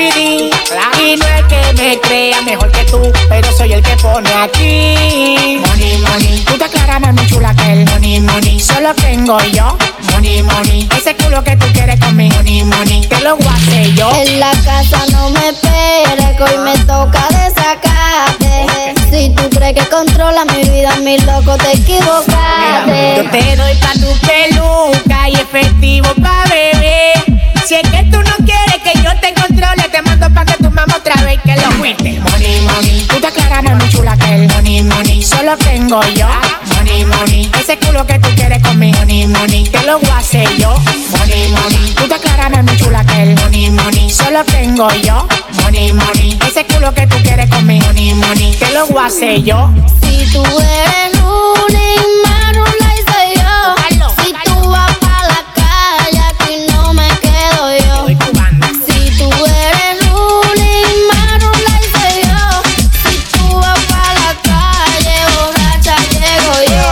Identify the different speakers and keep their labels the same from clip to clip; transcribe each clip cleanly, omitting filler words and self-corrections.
Speaker 1: CD. Y no es que me crea mejor que tú, pero soy el que pone aquí. Money, money. Tú te aclaras, mami chula, que el money, money solo tengo yo. Money, money. Ese culo que tú quieres conmigo. Money, money. Te lo guardé yo.
Speaker 2: En la casa no me esperes, que hoy me toca desacarte. Si tú crees que controla mi vida, mi loco, te equivocaste.
Speaker 1: Yo te doy pa' tu peluca y efectivo pa' beber. Si es que tú no quieres que yo te controle, te mando pa' que tu mamá otra vez que lo fuiste. Money, money. Tú te aclaras, mami chula, que el money, money solo tengo yo. Money, money. Ese culo que tú quieres conmigo. Money, money. Te lo voy a hacer yo. Money, money. Tú te aclaras, mami chula, que el money, money solo tengo yo. Money, money. Ese culo que tú quieres conmigo. Money, money. Te lo voy a hacer yo.
Speaker 2: Si tú eres ruling, marula y soy yo. Si tú vas pa' la calle, aquí no me quedo yo. Si tú eres ruling, marula y soy yo. Si tú vas pa' la calle, borracha llego yo.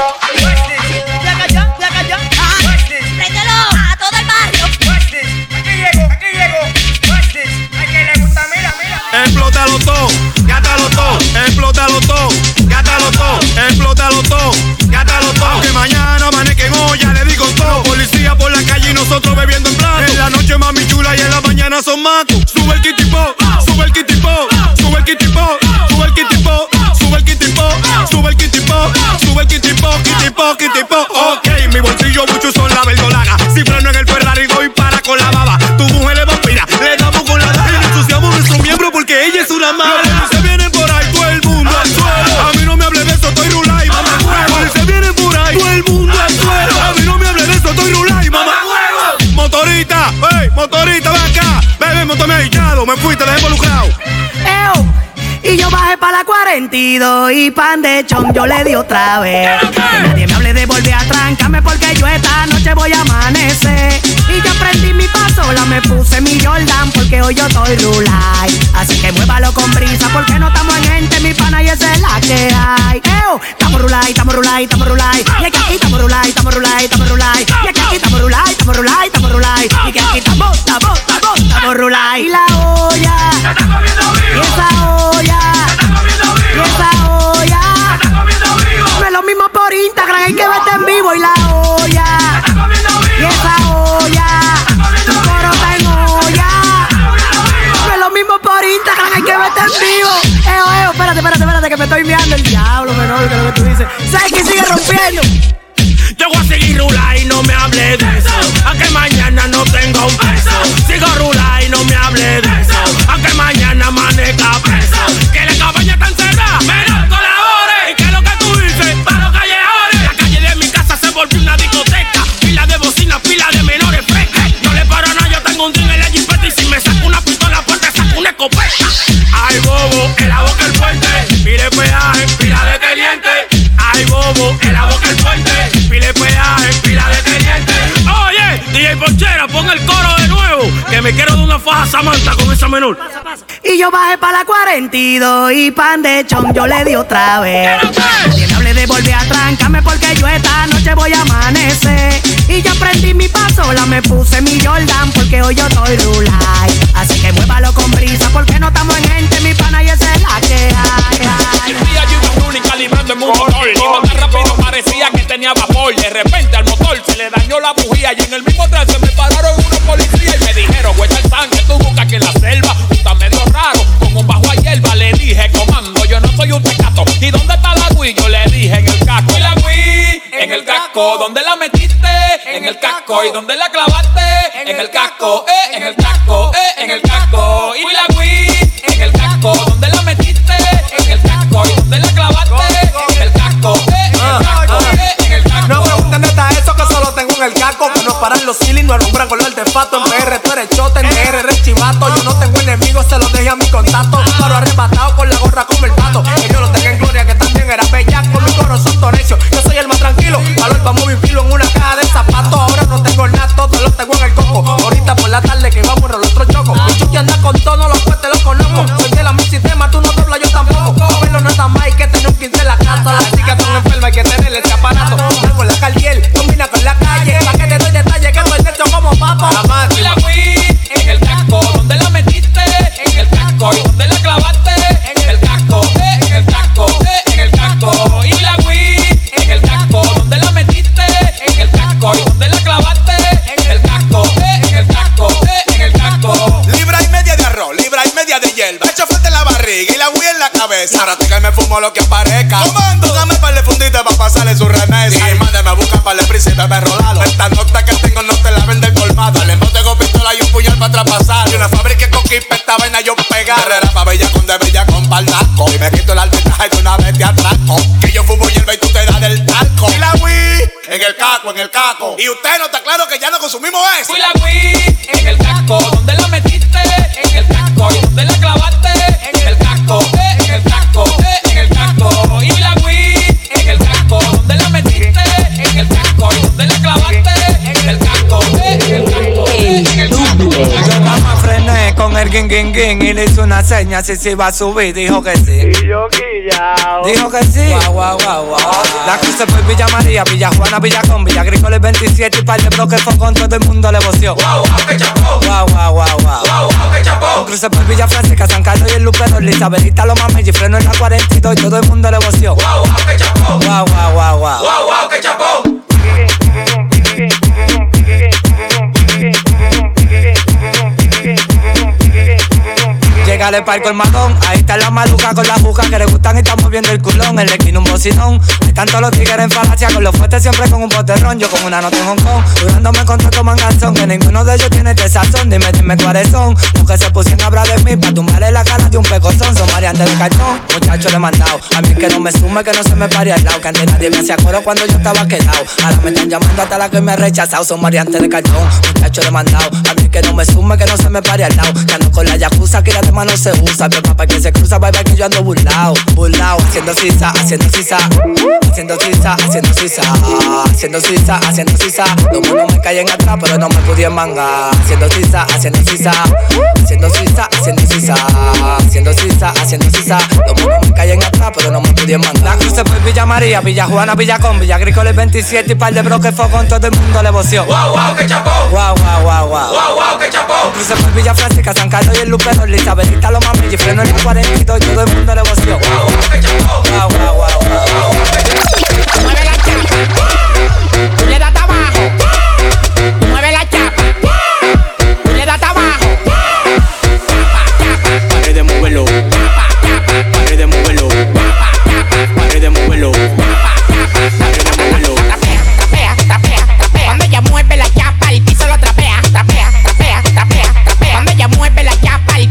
Speaker 3: Préndelo a todo el barrio.
Speaker 4: Aquí llego. A que le gusta, mira.
Speaker 5: Explótalo todo, gátalo todo, explótalo todo, gátalo todo, explótalo todo, gátalo todo. Que mañana amanezca en olla, le digo todo. Policía por la calle y nosotros bebiendo en plato. En la noche mami chula y en la mañana son matos. Sube el kitipo, sube el kitipo, sube el kitipo, sube el kitipo, sube el kitipo, sube el kitipo, sube el kitipo, kitipo. Ok, mi bolsillo mucho son la verdolaga. Si freno en el Ferrari voy para con la baba. Tu mujer es vampira, le damos con la daga. Y le ensuciamos nuestro miembro porque ella es una mala. Se vienen por ahí todo el mundo al suelo. A mí no me hable de eso, estoy rulay, mamá huevo. Se vienen por ahí todo el mundo al suelo. A mí no me hable de eso, estoy rulay, mamá huevo. Motorita, motorita, ven acá. Bebé, motor me ha hinchado, me fuiste, la he involucrado.
Speaker 6: Y yo bajé pa' la 42 y pan de chon yo le di otra vez. Que nadie me hable de volver a trancarme porque yo esta noche voy a amanecer. Y yo prendí mi pasola, me puse mi Jordan porque hoy yo estoy rulay. Así que muévalo con brisa porque no estamos en gente, mi pana, y esa es la que hay. Estamos rulay, estamos rulay, estamos rulay. Y aquí estamos rulay, estamos rulay, estamos rulay. Y aquí estamos rulay, estamos rulay, estamos rulay. Y que aquí estamos rulay. Y la olla, y esa olla, y esa olla, no es lo mismo por Instagram, hay que verte en vivo. Y la olla, y esa olla, tu coro está en olla, no es lo mismo por Instagram, hay que verte en vivo. Espérate, que me estoy mirando el diablo, menor, que lo que tú dices. ¿Sabes que sigue rompiendo?
Speaker 5: Yo voy a seguir rulay y no me hable de eso. Aunque mañana no tenga un peso. Sigo rulay y no me hable de eso. Aunque mañana amanezca preso. Que la cabaña está encerrada, menos colabore. ¿Y qué es lo que tú dices? Para los callejones. La calle de mi casa se volvió una discoteca. Pila de bocina, pila de menores frescas. No le paro a nada, yo tengo un drink en la jipeta. Y si me saco una pistola fuerte, saco una escopeta. Ay, bobo, en la boca el puente. Pile peaje, pila de teniente. Ay, bobo, en la boca el puente. Pile peaje, pila de teniente. Oye, DJ Ponchera, pon el coro de nuevo. Que me quiero de una faja Samantha con esa menor.
Speaker 6: Y yo bajé pa' la 42 y pan de chon yo le di otra vez. Nadie me hable de volver a trancarme porque yo esta noche voy a amanecer. Y yo prendí mi pasola, me puse mi Jordan porque hoy yo estoy rulay. Así que muévalo con brisa porque no estamos en gente, mi pana, y esa es la que hay.
Speaker 7: Un día yo iba en running calibrando en un motor. Iba tan rápido parecía que tenía vapor. De repente al motor se le dañó la bujía. Y en el mismo tren se me pararon unos policías y me dijeron: güey, el tanque, tú buscas aquí en la selva. Tú estás medio raro, con un bajo a hierba. Le dije: comando, yo no soy un tecato. ¿Y dónde está la Wii? Yo le dije: en el casco. ¿Y la Wii? En el casco. ¿Dónde la metiste? En el casco. ¿Y dónde la clavaste? En el casco, en el casco, en el casco. ¿Y la Wii? En el casco. ¿Dónde la metiste? En el casco. ¿Y dónde la clavaste? En el casco, en el casco, en el casco.
Speaker 8: No pregunten dónde está eso, que solo tengo en el casco. Que nos paran los ceilings, no alumbran con los artefactos. En PR tú eres chota, en PR eres chivato. Yo no tengo enemigos, se los dejé a mi contacto. Paro arrebatado con la gorra como el pato. Que yo lo tenga en gloria, que también era bellaco. Mi corro son torecios, yo soy el más tranquilo. Valor pa' muy filo en una caja de zapatos. Ahora no tengo nada, todo lo tengo en el coco. Ahorita por la tarde que vamos a los otros chocos. Mi chuki anda con tono, los pues te los conozco. Soy de la mi sistema, tú no doblas, yo tampoco. Pero no está más, hay que tener un 15 en la casa. La chica son enferma, hay que tenerle ese aparato. Con la Cartier, combina con la calle. Pa' que te doy detalles, que estoy hecho como papo.
Speaker 7: ¿Y la Wii? En el casco. ¿Dónde la metiste?
Speaker 8: en la cabeza. Ahora que me fumo lo que aparezca. Comando, dame par de fundita pa' pasarle su remesa. Y mándame a buscar par de príncipes me rolado. Esta nota que tengo no te la vende el colmado. Le tengo pistola y un puñal para traspasar. Y una fábrica con Kipe, esta vaina yo pegar. Herrera pa' bella con baldaco. Y me quito el arbitraje de una vez te atraco. Que yo fumo hierba y tú te das del talco. Y la Wii en el caco, en el caco. Y usted no está claro que ya no consumimos eso.
Speaker 7: Fui la Wii en el casco. ¿Dónde la metiste? En el casco. ¿Y dónde la clavaste? En el casco. En el casco. En el casco. Y la Wii en el casco. ¿Dónde la metiste? En el casco. ¿Y dónde la clavaste? En el casco. En el casco. En el casco.
Speaker 9: Yo nada más frené con el ging y le hice una seña si se iba a subir, dijo que sí.
Speaker 4: Y yo quillao.
Speaker 9: Dijo que sí. Guau. La crucé por Villa María, Villa Juana, Villa Con, Villa Agrícola el 27 y par de bloques fue con todo el mundo le voció.
Speaker 7: Guau, que chapó.
Speaker 9: Guau,
Speaker 7: que chapó.
Speaker 9: Crucé por Villa Francisca, San Carlos y el Lupedo, Isabelita, los mames y freno en la 42 y todo el mundo le voció.
Speaker 7: Guau, que chapó.
Speaker 9: Guau,
Speaker 7: que chapó.
Speaker 9: Llegale pa'l colmadón, ahí está la maluca con la juca que le gustan y están moviendo el culón. En la esquina un bocinón, están todos los tigres en falacia con los fuertes siempre con un boterrón. Yo con una nota en Hong Kong, durándome con todo manganzón, que ninguno de ellos tiene este sazón. Dime cuáles son, los que se pusieron a hablar de mí pa' tumbarle la cara de un pecozón. Son variantes de cartón, muchachos le he mandado. A mí que no me sume, que no se me pare al lado, que antes nadie me hacía coro cuando yo estaba quedado. Ahora me están llamando hasta la que me ha rechazado. Son variantes de cartón, muchachos le he mandado. A mí que no me sume, que no se me pare al lado, que ando con la yakuza, que la tema no se usa. Pero papá que se cruza, bye que yo ando burlao, haciendo sisa, haciendo sisa. Los monos me caen atrás, pero no me pudieron mangar. Haciendo sisa. Los monos me caen atrás, pero no me pudieron mangar. La crucé por Villa María, Villa Juana, Villa Con, Villa Agrícola el 27 y par de bloques fue con todo el mundo le voció.
Speaker 7: Guau, que chapó.
Speaker 9: Guau,
Speaker 7: que chapó.
Speaker 9: crucé por Villa Francisca, San Carlos y el Lupedo, Isabelita, los mames y freno en la 42 y todo el mundo le voció. Guau.
Speaker 1: Mueve la chapa, tú le das abajo. Mueve la chapa, tú le das abajo.
Speaker 9: Pare de moverlo. Pare de moverlo. Pare de moverlo.
Speaker 1: Trapea. Cuando ella mueve la chapa, el piso lo trapea. Trapea. Cuando ella mueve la chapa, el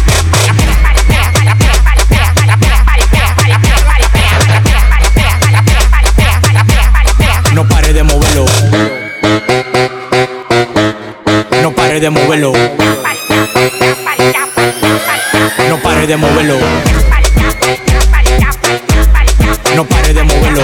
Speaker 9: no pare de moverlo. No pare de moverlo. No pare de moverlo. No pare de moverlo.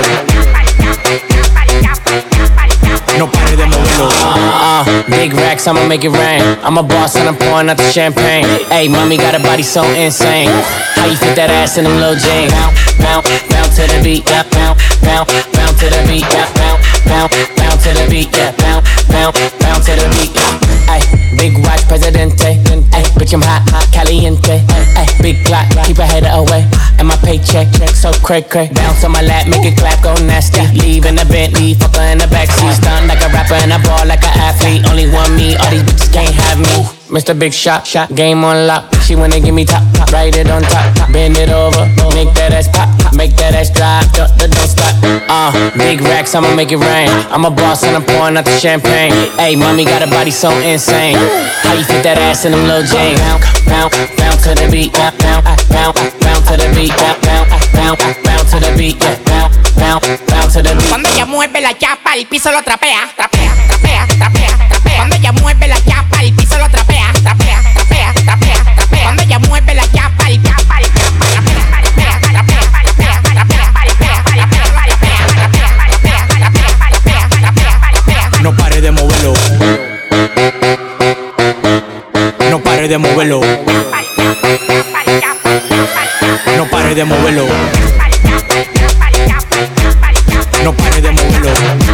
Speaker 9: No pare de moverlo.
Speaker 10: Big racks, I'ma make it rain. I'm a boss and I'm pouring out the champagne. Hey, mommy got a body so insane. How you fit that ass in them little jeans? Bounce to the beat, yeah. Bounce to the beat, yeah. Bounce to the beat, yeah. Bounce to the beat, yeah. Ay, big watch, presidente. Ay, bitch, I'm hot, caliente. Ay, big clock, keep a header away. And my paycheck, so cray. Bounce on my lap, make it clap, go nasty. Leave in the Bentley, fuck her in the backseat. Stun like a rapper and I ball like an athlete. Only one me, all these bitches can't have me. Mr. Big Shot, game on lock. She wanna give me top, write it on top. Bend it over, make that ass pop, make that ass drop, don't stop. Big racks, I'ma make it rain. I'm a boss and I'm pouring out the champagne. Hey, mommy got a body so insane. How you fit that ass in them little jeans? Bounce to the beat, bounce to the beat, bounce to the beat, bounce to the beat.
Speaker 1: Cuando ella mueve la chapa, el piso lo trapea. Cuando ella mueve la chapa, el piso lo trapea. Cuando ella mueve la chapa, el
Speaker 9: no pare de moverlo. No pare de moverlo. No pare de moverlo. No pare de moverlo.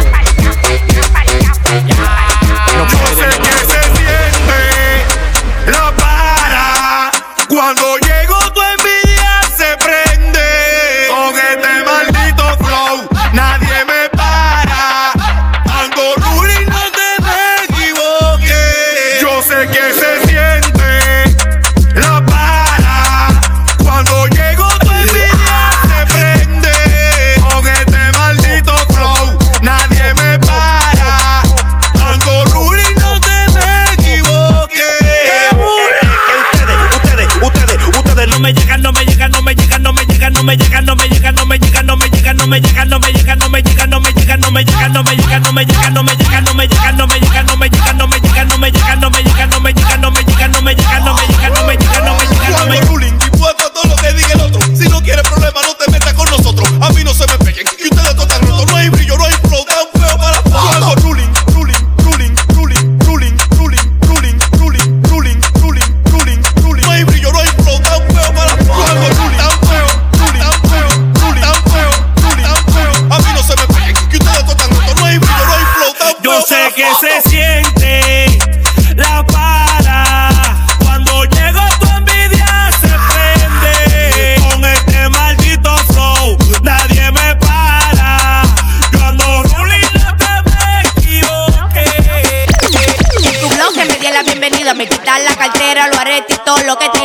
Speaker 5: No sé qué se siente la para cuando llego tu envidia se prende con este maldito flow nadie me para ando ruling no te me equivoques yo sé que se siente la para cuando llego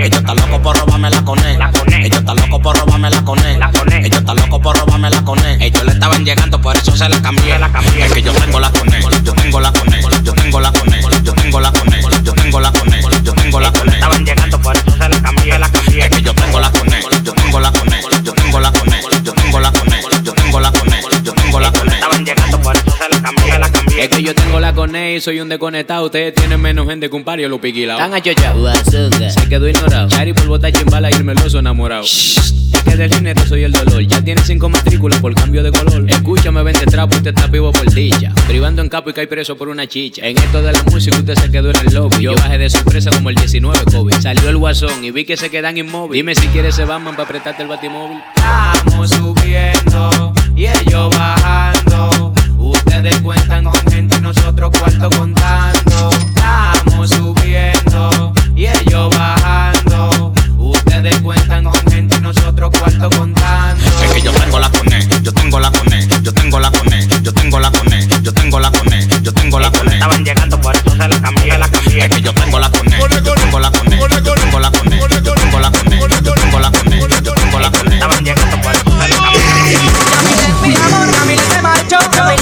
Speaker 11: Ellos están locos por robarme la coné. Ellos están locos por robarme la coné. Ellos están locos por robarme la coné. Ellos le estaban llegando, por eso se la cambié. Es que yo tengo la coné. Yo tengo la coné. Yo tengo la coné. Yo tengo la coné. Yo tengo la coné. Yo tengo la coné. Estaban llegando, por eso se la cambié. Es que yo tengo la coné. Yo tengo la coné. Yo tengo la coné. Yo tengo la coné. Yo tengo la coné. Yo tengo la coné. Estaban llegando, por eso se la cambié.
Speaker 12: Es que yo tengo la coné y soy un desconectado. Ustedes tienen menos gente que un par y lo piquilao.
Speaker 10: Están achochados.
Speaker 12: Se quedó ignorado. Chari por botar chimbala y el meloso enamorado. Es que del género soy el dolor. Ya tiene 5 matrículas por cambio de color. Escúchame, vende trapo, usted está vivo por dicha. Privando en capo y cae preso por una chicha. En esto de la música usted se quedó en el lobby. Yo bajé de sorpresa como el 19 COVID. Salió el guasón y vi que se quedan inmóviles. Dime si quieres ese Batman para apretarte el batimóvil.
Speaker 13: Estamos subiendo y ellos bajando. Ustedes cuentan con gente y nosotros cuarto contando. Estamos subiendo y ellos bajando. Ustedes cuentan con gente y nosotros cuarto contando.
Speaker 11: Es que yo tengo la coné. Yo tengo la coné. Yo tengo la coné. Yo tengo la coné. Yo tengo la coné. Yo tengo la coné. Estaban llegando, por eso se la cambié. Es que yo tengo la coné. Yo tengo la coné. Yo tengo la coné. Yo tengo la coné. Yo tengo la coné. Yo tengo la coné. Estaban llegando, por eso se la cambié.
Speaker 13: Mi amor, Yamile se marchó.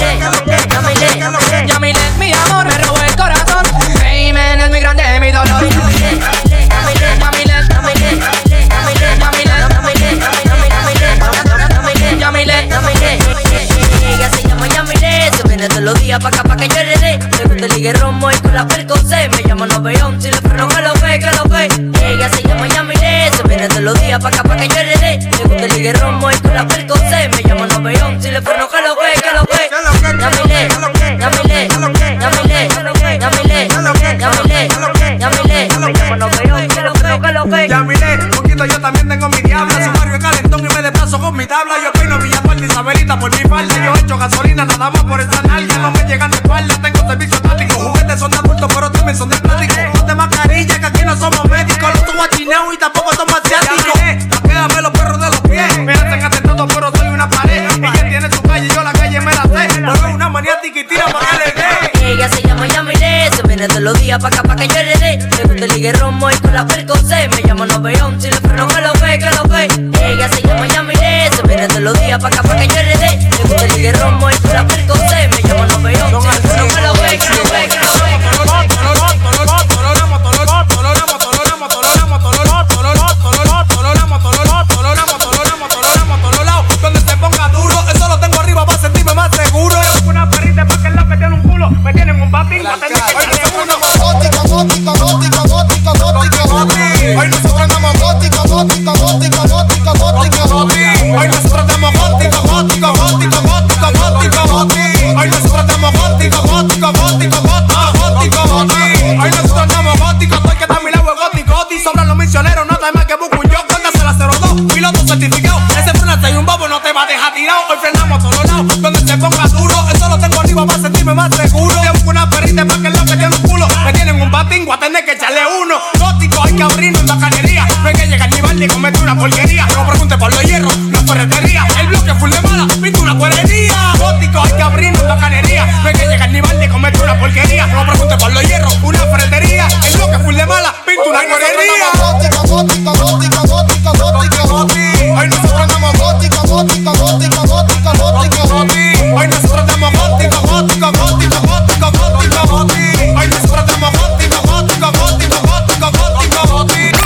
Speaker 13: Yamile, mi amor, me robó el corazón. Rayman es mi grande, mi dolor.
Speaker 3: Ella se llama Yamile, se viene todos los días pa' acá pa' que yo heredé. Le gusta el ligue romo y con la percocé. Me llama Noveón, si le freno que lo ve, que lo ve. Ella se llama Yamile, se viene todos los días pa' acá pa' que yo heredé. Le gusta el ligue romo y con la percocé. Me llama Noveón, si le freno que lo ve, que lo ve. Yamile, Yamile, Yamile, Yamile, Yamile, me llama Noveón, que lo freno que lo ve.
Speaker 8: Yamile, poquito yo también tengo mi diabla. Su barrio es calentón y me desplazo con mi tabla. Yo peino Villaparte, Isabelita por mi falda. Yo echo gasolina nada más por esa nalga. No me llegan de espalda, tengo servicio táctico. Juguetes son de adultos, pero también son de plástico. Ponte mascarilla, que aquí no somos médicos. Los tuvo chineos y tampoco somos asiáticos. Quédame los perros de los pies. Me hacen atentado, pero soy una pared. Ella tiene su calle, yo la calle me la sé. Pero es una maniática y tira pa' que le dé.
Speaker 3: Ella se llama Yamile, se viene todos los días pa' acá pa' que yo heredé. Le gusta el ligue romo y con la percocé. Me llama Noveón, si le freno que lo ve, que lo ve. Ella se llama Yamile, se viene todos los días pa' acá pa' que yo heredé. Le gusta el ligue romo y con la percocé. Me llama Noveón, si le freno que lo ve, que lo ve, que lo ve.
Speaker 8: Donde se ponga duro, eso lo tengo arriba para sentirme más seguro. Es una perrita pa' que el me tiene un culo. Me tienen un patín pa' tener que gótica, gótica, gótica, gótica, gótica, gótica. Hoy nosotros andamos gótica, gótica, gótica, gótica, gótica, gótica. Hoy nosotros andamos gótica, gótica, gótica, gótica, gótica, gótica. Hoy nosotros andamos gótica, gótica, gótica, gótica, gótica, gótica. Hoy nosotros andamos gótica, estoy que está a mi lado gótico, gótico. Sobran los misioneros, no te más que busco yo. Póngase la 02, piloto certificado. Ese freno y un bobo no te va a dejar tirado. Hoy frenamos a todos lados, donde se ponga duro. Eso lo tengo arriba para sentirme más seguro. Yo busco una perrita más que el que tiene un culo. Me tienen un patín, voy a tener que echarle uno. Gótico, hay que abrirnos en bacanería. No hay que llegar ni balde y comete una porquería. No pregunte por los hierros, la ferretería. El bloque full de mala, pintura cuerería. Gótico, hay que abrirnos en bacanería. No hay que llegar ni balde y comete una porquería. No pregunte por los hierros, una ferretería. El bloque full de mala, pintura cuerería. Gótica, gótica, gótica, gótica, gótica, gótica. Hoy nosotros andamos gótica, gótica, gótica, gótica, gótica, gótica. Hoy nosotros andamos gótica, gótica, gótica, gótica, gótica, gótica. Hoy nosotros andamos gótica, gótica, gótica, gótica, gótica, gótica.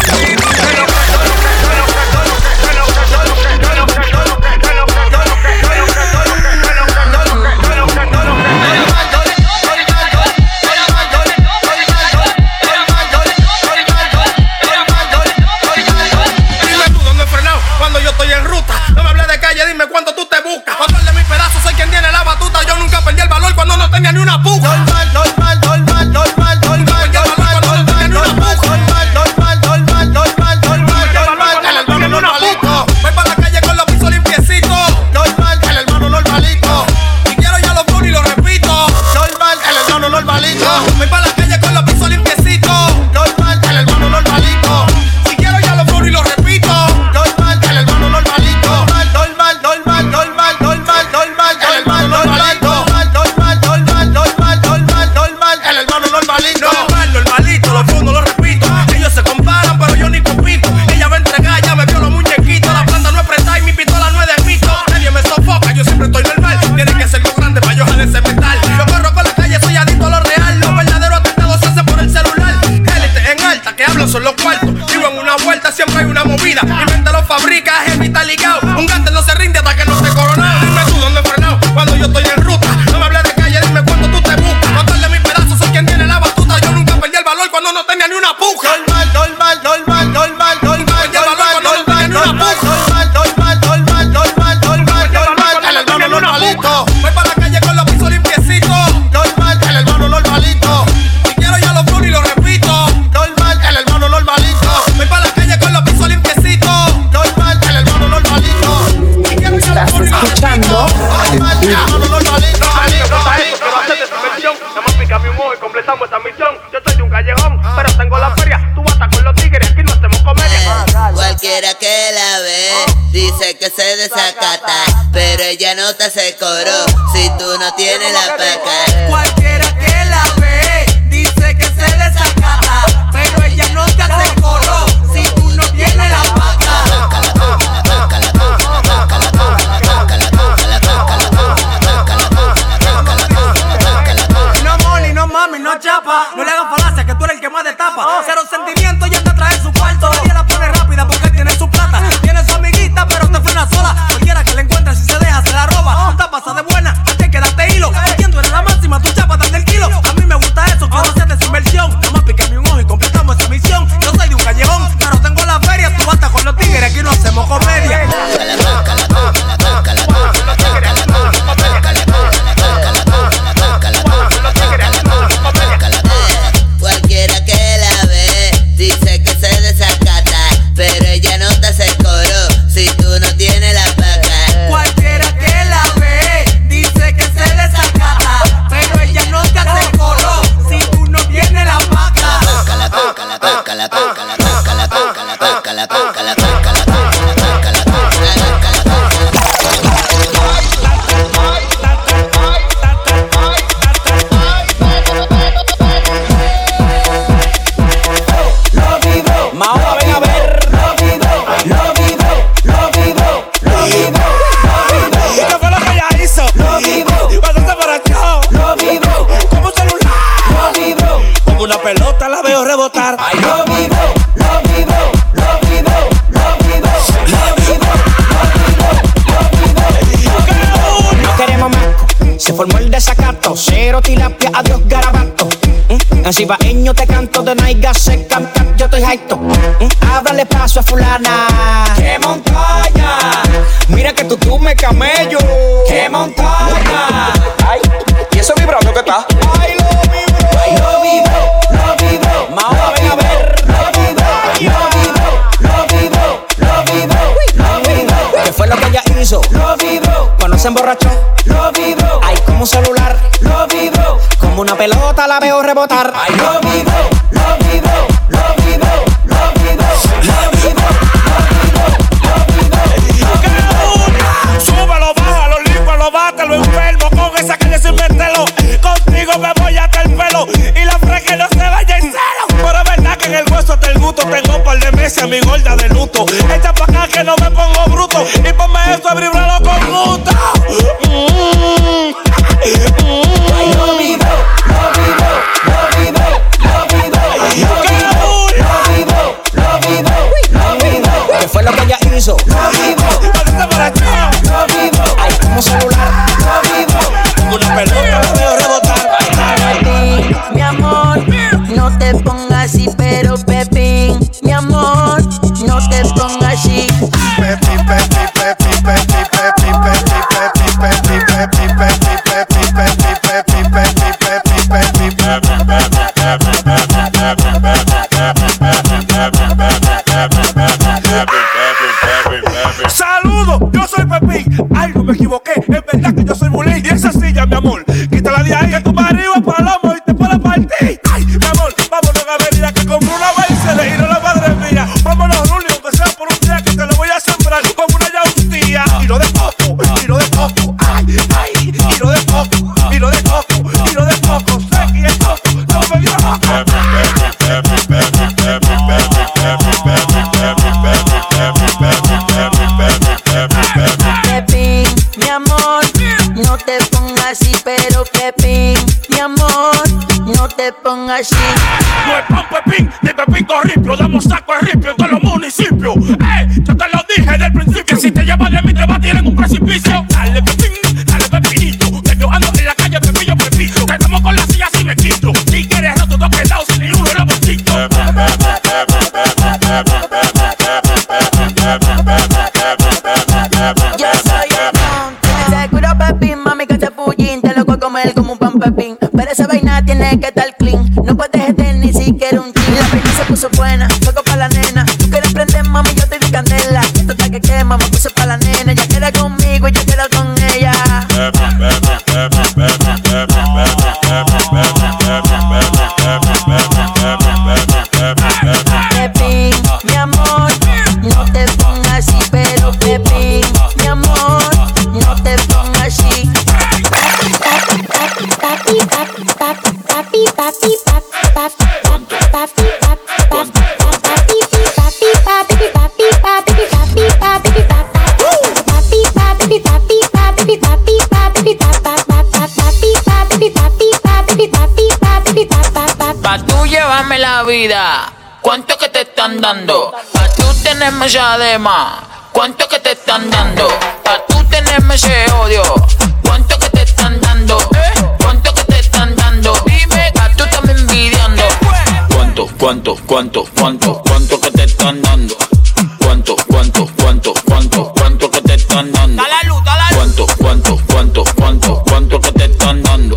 Speaker 8: mente siempre hay una movida. Mi mente lo fabrica, es está ligado. Un gante no se rinde hasta que no esté coronado. Dime tú dónde he frenado cuando yo estoy en ruta. No me hables de calle, dime cuándo tú te buscas. No tarde mis pedazos, soy quien tiene la batuta. Yo nunca perdí el valor cuando no tenía ni una puja. Voy para la calle con los pisos limpiecitos. Normal, el hermano normalito. Si quiero ya lo pruebo y lo repito. Normal, el hermano normalito. Voy para la calle con los pisos limpiecitos. Normal, el hermano normalito. Si quiero ya lo pruebo y lo repito. Normal, el hermano normalito.
Speaker 14: Nada más pícame un ojo y completamos esta misión. Yo soy de un callejón, pero tengo la feria. Tú vas a estar con los tigres, aquí no hacemos comedia.
Speaker 15: Cualquiera que la ve dice que se desacata, pero ella no te hace coro si tú no tienes la paca.
Speaker 6: Cualquiera que la ve dice que se desacata, pero ella no te hace coro si tú no tienes la paca. No money, no mami, no chapa. No le hagan falacia que tú eres el que más destapa. Cero sentimiento y anda trae su cuarto. Ella la pone rápida porque él tiene su plata. Tiene su amiguita pero te frena sola. Cualquiera que la encuentre si se deja se la roba. Está pasada de buena, hay que quedarte hilo. Entiendo eres la máxima, tu chapa dale el kilo. A mí me gusta eso, quiero hacerte su inversión. Nada más pícame un ojo y completamos esa misión. Yo soy de un callejón, pero tengo la feria. Tú basta con los tigres, aquí no hacemos comedia.
Speaker 15: Cualquiera que la ve dice que se desacata, pero ella no te hace coro si tú no tienes la paca.
Speaker 6: Cualquiera que la ve dice que se desacata, pero ella no te hace coro si tú no tienes la paca.
Speaker 15: La paca, la paca, la paca, la paca, la paca, la paca, la paca, la paca, la paca, la paca, la paca.
Speaker 6: Mahoma, ven a ver. Lo vivo, lo vivo, lo vivo, lo vivo, lo vivo.
Speaker 16: ¿Qué fue lo que ella hizo?
Speaker 6: Lo vivo.
Speaker 16: Cuando se emborrachó.
Speaker 6: Lo vivo.
Speaker 16: Como un celular.
Speaker 6: Lo vivo.
Speaker 16: Como una pelota la veo rebotar.
Speaker 6: Ay, lo vivo, lo vivo, lo vivo, lo vivo, lo vivo, lo vivo.
Speaker 17: No queremos más. Se formó el desacato. Cero tilapia, adiós garabato. En cibaeño te canto de naiga se canta, yo estoy jaito. Ábrale paso a fulana. ¡Qué montaña! Mira que tú me camello. ¡Qué montaña! Ay, ¿y eso vibrando que está? Ay, lo vivo. Ay, lo vivo, lo vivo. Mahoma, ven a ver. Lo vivo, lo vivo, lo vivo, lo vivo, lo vivo. ¿Qué fue lo que ella hizo? Lo vivo. Cuando se emborrachó. Lo vivo. Ay, como un celular. Lo vivo. Como una pelota la veo rebotar.
Speaker 6: Ay, lo vivo, lo vivo, lo vivo, lo vivo, lo vivo, lo vivo.
Speaker 16: Súbelo, bájalo, lícualo, bátelo, enfermo. Con esa calle sin meterlo. Contigo me voy hasta el pelo. Y la fresca no se vaya en celo. Pero es verdad que en el hueso del gusto tengo un par de meses a mi gorda de luto. Echa pa' acá que no me pongo bruto. Y ponme eso a vibrarlo con gusto.
Speaker 6: Ay, lo vivo, lo vivo, lo vivo, lo vivo, lo vivo, lo vivo, lo vivo.
Speaker 17: ¿Qué fue lo que ella hizo?
Speaker 6: Lo vivo, lo vivo.
Speaker 17: Ay, como celular.
Speaker 6: Lo vivo.
Speaker 16: Como una pelota la veo rebotar.
Speaker 15: Pepín, mi amor, no te pongas así, pero Pepín, mi amor, no te pongas así.
Speaker 5: Pepín, Pepín, Pepín, Pepín, Pepín, Pepín, Pepín, Pepín,
Speaker 16: Saludos, yo soy Pepín. Ay, no me equivoqué, es verdad que yo soy Bulín. Y esa silla, mi amor, quítala de ahí, que tu marido es palomo y te puede partir. Ay, mi amor, vámonos a venir a que compré una Mercedes y no la madre mía. Vámonos, Rulio, aunque sea por un día que te lo voy a sembrar con una yautía. Y lo de coco, y lo de coco, ay, ay, y lo de coco, y lo de coco, y lo de coco, sé que es coco, no me equivoco.
Speaker 15: Pepín, mi amor, no te pongas así, pero Pepín, mi amor.
Speaker 7: principio, todos los municipios. Yo te lo dije del principio, que si te llevas de mí te va a tirar en un precipicio. Dale pepín, dale pepinito, que yo ando en la calle pepillo pepito. Que estamos con la silla así me quito. Si quieres roto, dos quedados sin ni uno en la bolsito.
Speaker 15: Yo soy el don, tienes seguro pepín, mami que te fullín. Te lo voy a comer como un pan pepín. Pero esa vaina tiene que estar clean. No puedes tener ni siquiera un chin. La vaina se puso buena, fuego pa' la nena. Tú quieres prender, mami, yo te di candela. Total que quema, me puse pa' la nena. Ella queda conmigo y yo quiero con ella. Pepín, mi amor, no te pongas así, pero Pepín, mi amor, no te pongas así.
Speaker 2: Papi, papi, papi, papi, papi, papi, papi,
Speaker 1: Pa' tú llevarme la vida, ¿cuánto que te están dando? Pa' tú tenerme esa dema, ¿cuánto que te están dando? Pa' tú tenerme ese odio, ¿cuánto que te están dando? ¿Cuánto que te están dando? Dime, pa' tú estás me envidiando.
Speaker 7: ¿Cuánto que te están dando? ¿Cuánto que te están dando?
Speaker 1: Da la luz, da la luz.
Speaker 7: ¿Cuánto que te están dando?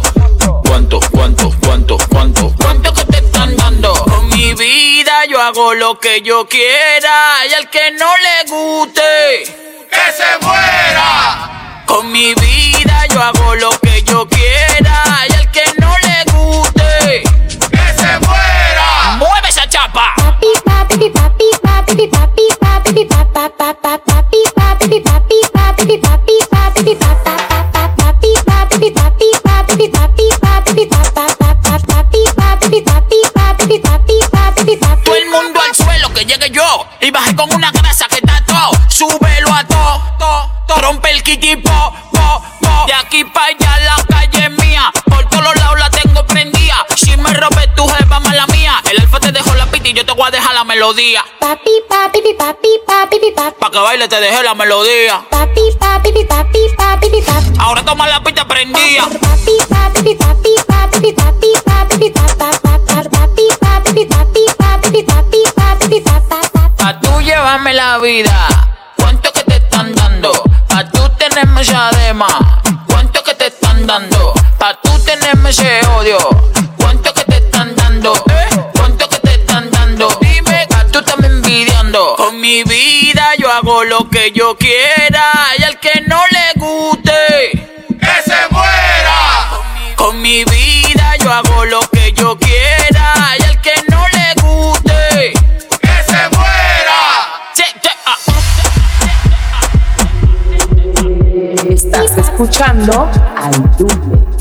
Speaker 1: ¿Cuánto que te están dando? Con mi vida yo hago lo que yo quiera y al que no le guste,
Speaker 7: ¡que se muera!
Speaker 1: con mi vida yo hago lo que yo quiera y al que no le guste,
Speaker 7: ¡que se muera!
Speaker 1: ¡mueve esa chapa! Todo el mundo al suelo que llegue yo y baje con una grasa que está todo. Súbelo a todo, rompe el kiki po. De aquí para allá la calle es mía, por todos los lados la tengo prendida. Si me rompes tu jeva, mala mía. El alfa te dejó la pita y yo te voy a dejar la melodía. Pa' que baile te dejé la melodía. Ahora toma la pita prendida. Pa' tú llevarme la vida, ¿cuánto que te están dando? Pa' tú tenerme esa dema, ¿cuánto que te están dando? Pa' tú tenerme ese odio, ¿cuánto que te están dando? ¿Cuánto que te están dando? Dime, pa' tú estás me envidiando. Con mi vida yo hago lo que yo quiera y al que no le guste,
Speaker 7: ¡que se muera!
Speaker 1: con mi vida yo hago lo que yo quiera y al que no le guste,
Speaker 7: ¡que se muera!
Speaker 18: Estás escuchando al Duble.